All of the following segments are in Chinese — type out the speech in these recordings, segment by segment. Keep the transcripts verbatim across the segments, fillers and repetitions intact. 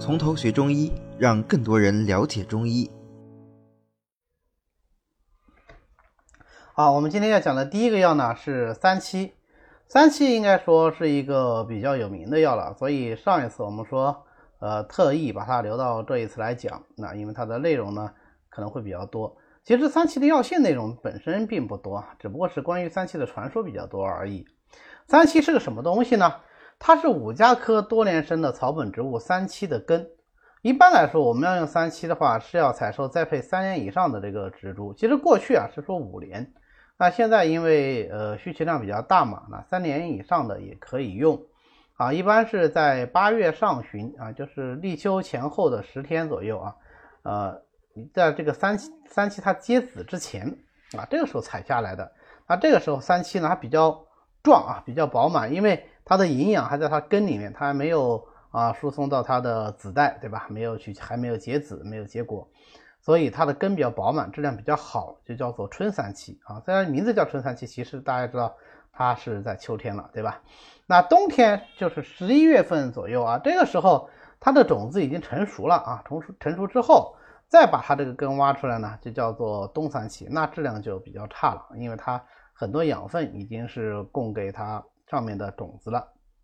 从头学中医，让更多人了解中医。 好，我们今天要讲的第一个药呢是三七。三七应该说是一个比较有名的药了，所以上一次我们说呃特意把它留到这一次来讲，那因为它的内容呢可能会比较多。其实三七的药性内容本身并不多，只不过是关于三七的传说比较多而已。三七是个什么东西呢？它是五加科多年生的草本植物三七的根。一般来说，我们要用三七的话，是要采收栽培三年以上的这个植株。其实过去啊是说五年，那现在因为呃需求量比较大嘛，那三年以上的也可以用啊。一般是在八月上旬啊，就是立秋前后的十天左右啊，呃，在这个三七三七它结籽之前啊，这个时候采下来的。那这个时候三七呢，它比较壮啊，比较饱满，因为它的营养还在它根里面，它还没有啊输送到它的子代，对吧？没有去，还没有结籽，没有结果，所以它的根比较饱满，质量比较好，就叫做春三七啊。虽然名字叫春三七，其实大家知道它是在秋天了，对吧？那冬天就是十一月份左右啊，这个时候它的种子已经成熟了啊，成熟成熟之后，再把它这个根挖出来呢，就叫做冬三七，那质量就比较差了，因为它很多养分已经是供给它上面的种子了。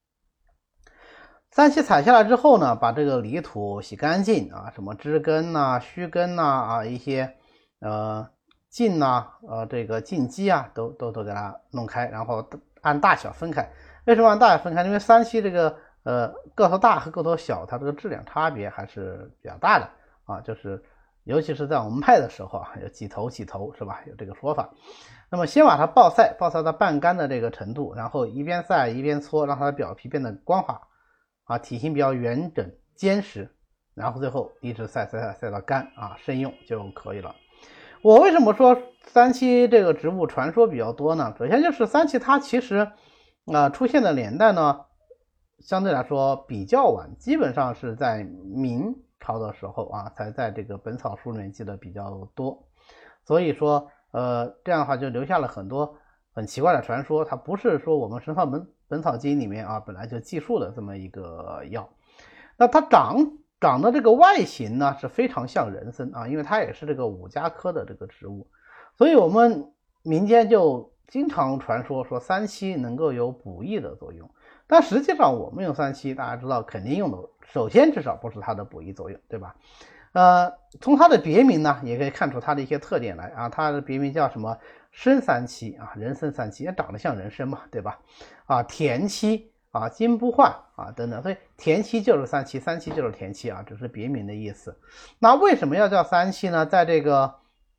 三七采下来之后呢，把这个泥土洗干净啊，什么枝根呐、须根呐啊，一些呃茎呐、呃这个茎基啊，都都都给它弄开，然后按大小分开。为什么按大小分开？因为三七这个呃个头大和个头小，它这个质量差别还是比较大的啊，就是尤其是在我们卖的时候啊，有几头几头是吧？有这个说法。那么先把它暴晒，暴晒到半干的这个程度，然后一边晒一边搓，让它的表皮变得光滑啊，体型比较圆整坚实，然后最后一直晒晒晒晒到干啊，生用就可以了。我为什么说三七这个植物传说比较多呢？首先就是三七它其实啊、呃、出现的年代呢，相对来说比较晚，基本上是在明朝的时候啊，才在这个本草书里面记得比较多。所以说呃，这样的话就留下了很多很奇怪的传说，它不是说我们神草本本草经里面啊本来就记述的这么一个药。那它长长的这个外形呢是非常像人参啊，因为它也是这个五加科的这个植物，所以我们民间就经常传说说三七能够有补益的作用。但实际上我们用三七，大家知道肯定用的，首先至少不是它的补益作用，对吧？呃，从它的别名呢，也可以看出它的一些特点来啊。它的别名叫什么？参三七啊，人参三七，也长得像人参嘛，对吧？啊，田七啊，金不换啊，等等，所以田七就是三七，三七就是田七啊，这是别名的意思。那为什么要叫三七呢？在这个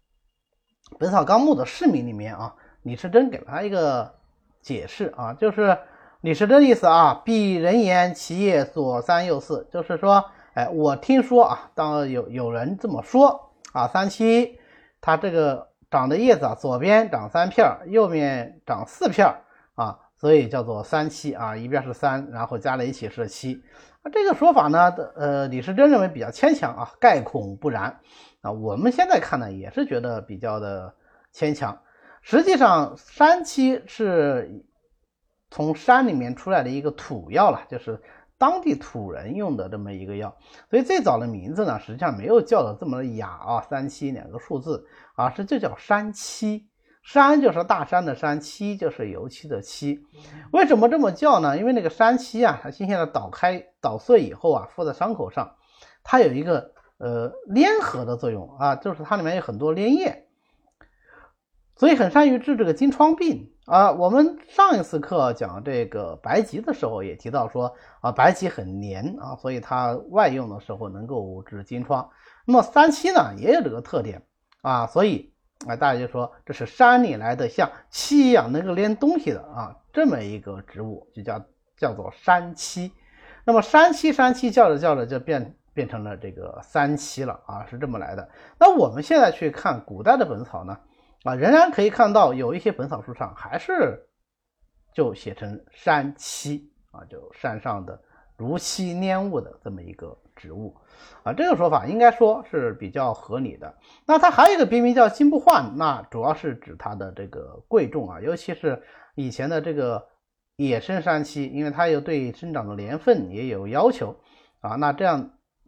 《本草纲目》的释名里面啊，李时珍给了他一个解释啊，就是李时珍的意思啊，必人言其叶左三右四，就是说。哎，我听说啊，当有有人这么说啊，三七它这个长的叶子啊，左边长三片，右面长四片啊，所以叫做三七啊，一边是三，然后加在一起是七。啊，这个说法呢，呃，李时珍认为比较牵强啊，概恐不然啊。我们现在看呢，也是觉得比较的牵强。实际上，三七是从山里面出来的一个土药了，就是当地土人用的这么一个药，所以最早的名字呢，实际上没有叫的这么雅啊，三七两个数字啊，是就叫山七。山就是大山的山，漆就是油漆的漆。为什么这么叫呢？因为那个山漆啊，它新鲜的捣开捣碎以后啊，敷在伤口上，它有一个呃粘合的作用啊，就是它里面有很多粘液，所以很善于治这个金疮病啊。我们上一次课讲这个白及的时候也提到说啊，白及很黏啊，所以它外用的时候能够治金疮。那么三七呢也有这个特点啊，所以啊大家就说这是山里来的像漆一样能够粘东西的啊这么一个植物，就叫叫做山漆。那么山漆山漆叫着叫着就变变成了这个三七了啊，是这么来的。那我们现在去看古代的本草呢啊，仍然可以看到有一些本草书上还是就写成山漆啊，就山上的如漆粘物的这么一个植物啊，这个说法应该说是比较合理的。那它还有一个别名叫金不换，那主要是指它的这个贵重啊，尤其是以前的这个野生山漆，因为它有对生长的年份也有要求啊，那这样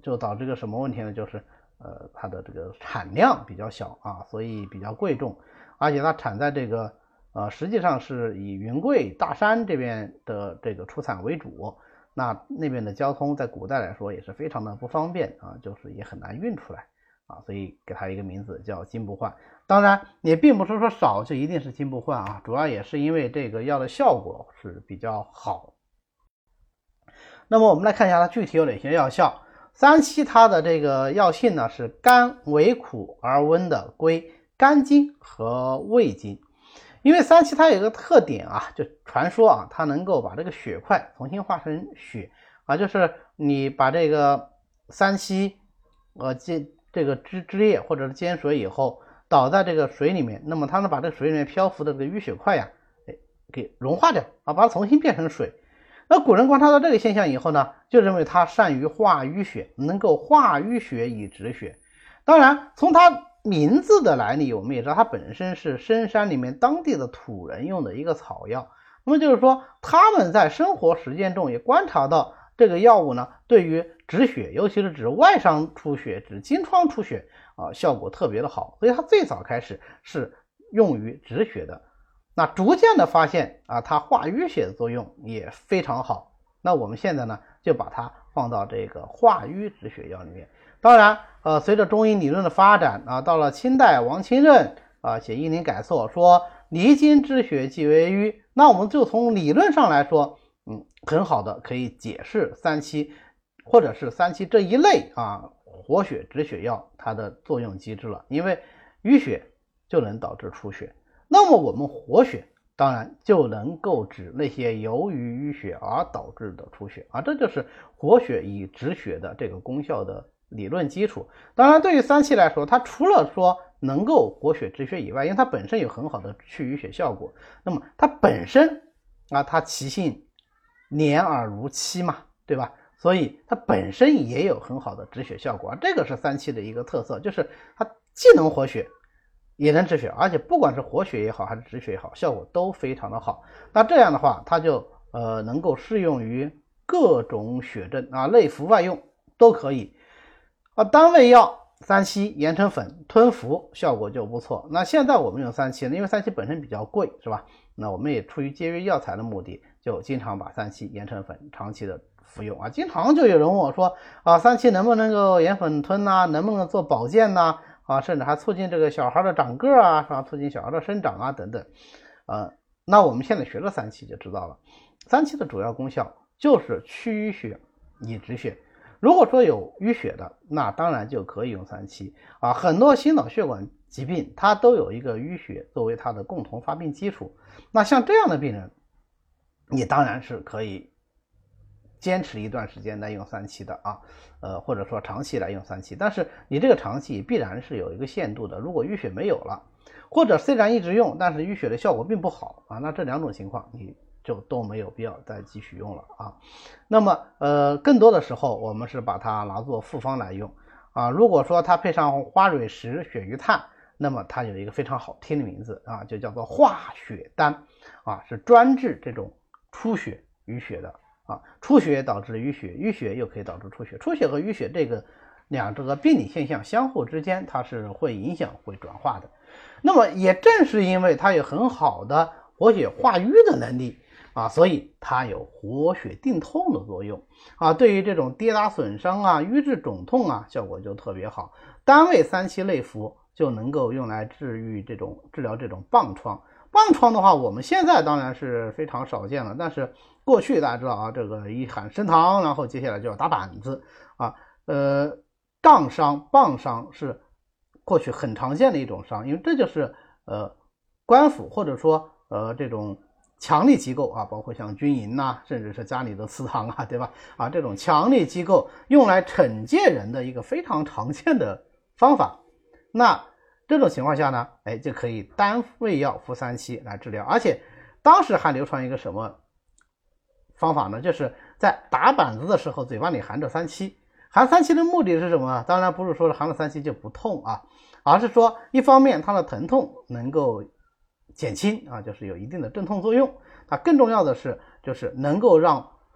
就导致个什么问题呢？就是呃它的这个产量比较小啊，所以比较贵重，而且它产在这个呃实际上是以云贵大山这边的这个出产为主，那那边的交通在古代来说也是非常的不方便啊，就是也很难运出来啊，所以给它一个名字叫金不换。当然也并不是说少就一定是金不换啊，主要也是因为这个药的效果是比较好。那么我们来看一下它具体有哪些药效。三七它的这个药性呢是甘为苦而温的，归肝经和胃经。因为三七它有一个特点啊，就传说啊，它能够把这个血块重新化成血啊，就是你把这个三七呃这这个汁汁液或者是煎水以后倒在这个水里面，那么它能把这个水里面漂浮的这个淤血块呀，哎，给融化掉啊，把它重新变成水。那古人观察到这个现象以后呢，就认为它善于化淤血，能够化淤血以止血。当然从它名字的来历我们也知道，它本身是深山里面当地的土人用的一个草药，那么就是说他们在生活实践中也观察到这个药物呢对于止血，尤其是指外伤出血、指金疮出血啊，效果特别的好，所以它最早开始是用于止血的。那逐渐的发现啊，它化淤血的作用也非常好。那我们现在呢，就把它放到这个化瘀止血药里面。当然，呃，随着中医理论的发展啊，到了清代王清任啊写医林改错说离经止血即为瘀。那我们就从理论上来说，嗯，很好的可以解释三七或者是三七这一类啊活血止血药它的作用机制了。因为淤血就能导致出血。那么我们活血当然就能够止那些由于淤血而导致的出血啊，这就是活血以止血的这个功效的理论基础。当然对于三七来说，它除了说能够活血止血以外，因为它本身有很好的去淤血效果，那么它本身啊它其性黏而如漆嘛，对吧？所以它本身也有很好的止血效果，这个是三七的一个特色，就是它既能活血也能止血，而且不管是活血也好还是止血也好，效果都非常的好。那这样的话它就呃能够适用于各种血症啊，内服外用都可以啊。单味药三七研成粉吞服效果就不错。那现在我们用三七呢，因为三七本身比较贵是吧，那我们也出于节约药材的目的，就经常把三七研成粉长期的服用啊。经常就有人问我说啊，三七能不能够研粉吞啊，能不能做保健啊，啊，甚至还促进这个小孩的长个啊，是吧？促进小孩的生长啊，等等。呃，那我们现在学了三七就知道了，三七的主要功效就是去淤血以止血。如果说有淤血的，那当然就可以用三七啊。很多心脑血管疾病它都有一个淤血作为它的共同发病基础。那像这样的病人，你当然是可以坚持一段时间来用三七的啊，呃，或者说长期来用三七，但是你这个长期必然是有一个限度的。如果淤血没有了，或者虽然一直用，但是淤血的效果并不好啊，那这两种情况你就都没有必要再继续用了啊。那么呃，更多的时候我们是把它拿作复方来用啊。如果说它配上花蕊石、鳕鱼炭，那么它有一个非常好听的名字啊，就叫做化血丹啊，是专治这种出血淤血的啊。出血导致淤血，淤血又可以导致出血，出血和淤血这个两这个病理现象相互之间它是会影响会转化的。那么也正是因为它有很好的活血化瘀的能力啊，所以它有活血定痛的作用啊。对于这种跌打损伤啊、瘀滞肿痛啊，效果就特别好。单味三七内服就能够用来治愈这种治疗这种棒疮。棒疮的话，我们现在当然是非常少见了，但是过去大家知道啊，这个一喊升堂，然后接下来就要打板子啊。呃，杠伤、棒伤是过去很常见的一种伤，因为这就是呃官府或者说呃这种强力机构啊，包括像军营呐、啊，甚至是家里的祠堂啊，对吧？啊，这种强力机构用来惩戒人的一个非常常见的方法。那这种情况下呢，哎，就可以单味药服三七来治疗。而且当时还流传一个什么方法呢？就是在打板子的时候嘴巴里含着三七。含三七的目的是什么？当然不是说含了三七就不痛啊，而是说一方面它的疼痛能够减轻啊，就是有一定的镇痛作用。它更重要的是就是能够让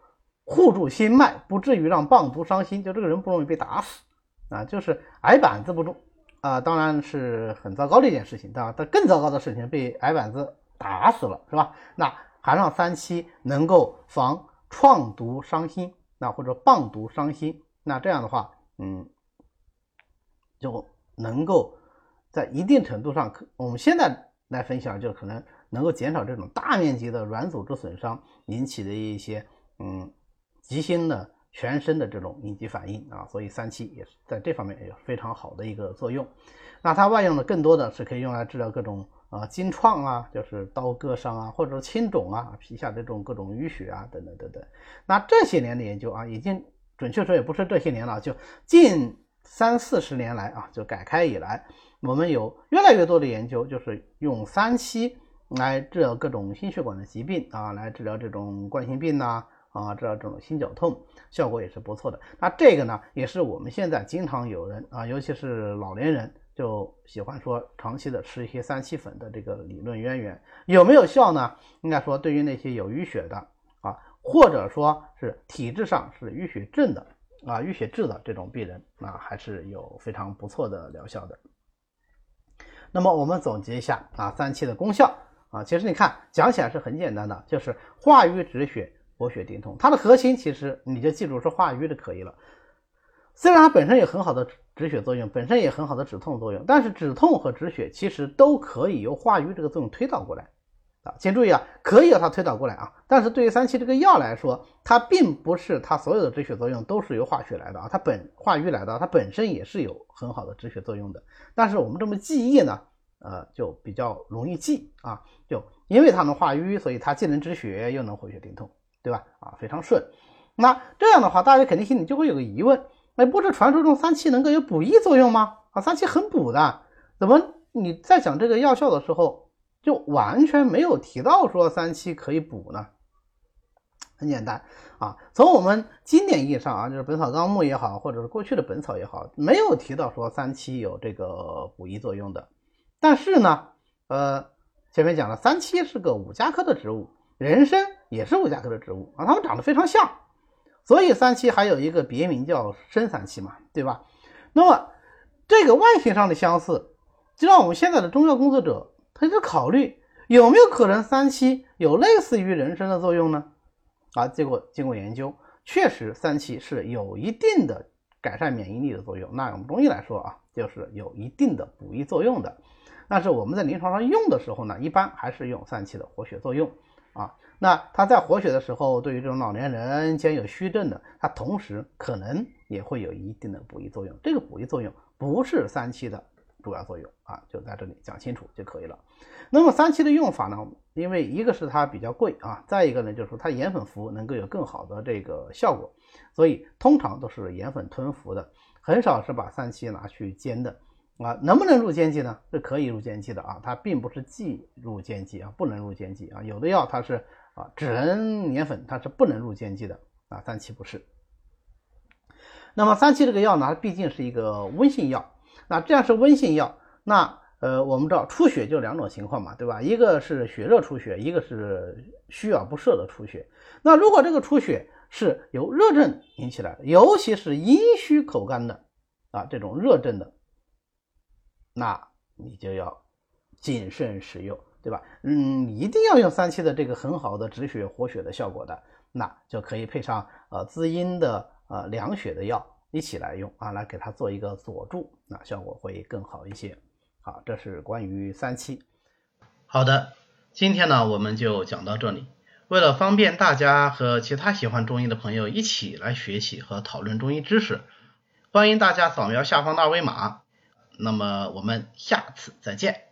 护住心脉，不至于让棒毒伤心，就这个人不容易被打死啊，就是挨板子不中啊，当然是很糟糕的一件事情，对吧？但更糟糕的事情被挨板子打死了，是吧？那还让三七能够防创毒伤心，那或者棒毒伤心，那这样的话，嗯，就能够在一定程度上，我们现在来分享，就可能能够减少这种大面积的软组织损伤引起的一些嗯急性的全身的这种应激反应啊，所以三七也是在这方面也有非常好的一个作用。那它外用的更多的是可以用来治疗各种呃筋创啊，就是刀割伤啊，或者青肿啊，皮下的这种各种淤血啊等等等等。那这些年的研究啊，已经准确说也不是这些年了，就近三四十年来啊，就改开以来，我们有越来越多的研究，就是用三七来治疗各种心血管的疾病啊，来治疗这种冠心病呐啊，治疗这种心绞痛，效果也是不错的。那这个呢，也是我们现在经常有人啊，尤其是老年人，就喜欢说长期的吃一些三七粉的这个理论渊源。有没有效呢？应该说对于那些有淤血的啊，或者说是体质上是淤血症的啊，淤血质的这种病人，那还是有非常不错的疗效的。那么我们总结一下啊，三七的功效啊，其实你看讲起来是很简单的，就是化瘀止血、活血定痛。它的核心其实你就记住是化瘀就可以了。虽然它本身有很好的止血作用，本身也很好的止痛作用，但是止痛和止血其实都可以由化瘀这个作用推导过来啊。请注意啊，可以由它推导过来啊，但是对于三七这个药来说，它并不是它所有的止血作用都是由化血来的啊，它本化瘀来的，它本身也是有很好的止血作用的。但是我们这么记忆呢，呃，就比较容易记啊，就因为它能化瘀，所以它既能止血又能活血定痛，对吧？啊，非常顺。那这样的话，大家肯定心里就会有个疑问，那不是传说中三七能够有补益作用吗？啊，三七很补的，怎么你在讲这个药效的时候，就完全没有提到说三七可以补呢？很简单啊，从我们经典意义上啊，就是《本草纲目》也好，或者是过去的本草也好，没有提到说三七有这个补益作用的。但是呢，呃，前面讲了，三七是个五加科的植物，人参也是五加科的植物啊，它们长得非常像，所以三七还有一个别名叫参三七嘛，对吧？那么这个外形上的相似，就让我们现在的中药工作者他就考虑有没有可能三七有类似于人参的作用呢？啊，结果经过研究，确实三七是有一定的改善免疫力的作用。那我们中医来说啊，就是有一定的补益作用的。但是我们在临床上用的时候呢，一般还是用三七的活血作用啊。那它在活血的时候，对于这种老年人兼有虚症的，它同时可能也会有一定的补益作用。这个补益作用不是三七的主要作用啊，就在这里讲清楚就可以了。那么三七的用法呢，因为一个是它比较贵啊，再一个呢就是说它盐粉服能够有更好的这个效果，所以通常都是盐粉吞服的，很少是把三七拿去煎的啊。能不能入煎剂呢？是可以入煎剂的啊，它并不是忌入煎剂啊，不能入煎剂啊。有的药它是啊只能粘粉，它是不能入煎剂的啊，三七不是。那么三七这个药呢，它毕竟是一个温性药，那这样是温性药，那呃我们知道出血就两种情况嘛，对吧？一个是血热出血，一个是虚而不摄的出血。那如果这个出血是由热症引起来的，尤其是阴虚口干的啊这种热症的，那你就要谨慎使用，对吧？嗯，一定要用三七的这个很好的止血活血的效果的，那就可以配上呃滋阴的呃凉血的药一起来用啊，来给它做一个佐助，那效果会更好一些。好，这是关于三七。 好的，今天呢我们就讲到这里。为了方便大家和其他喜欢中医的朋友一起来学习和讨论中医知识，欢迎大家扫描下方的二维码。那么我们下次再见。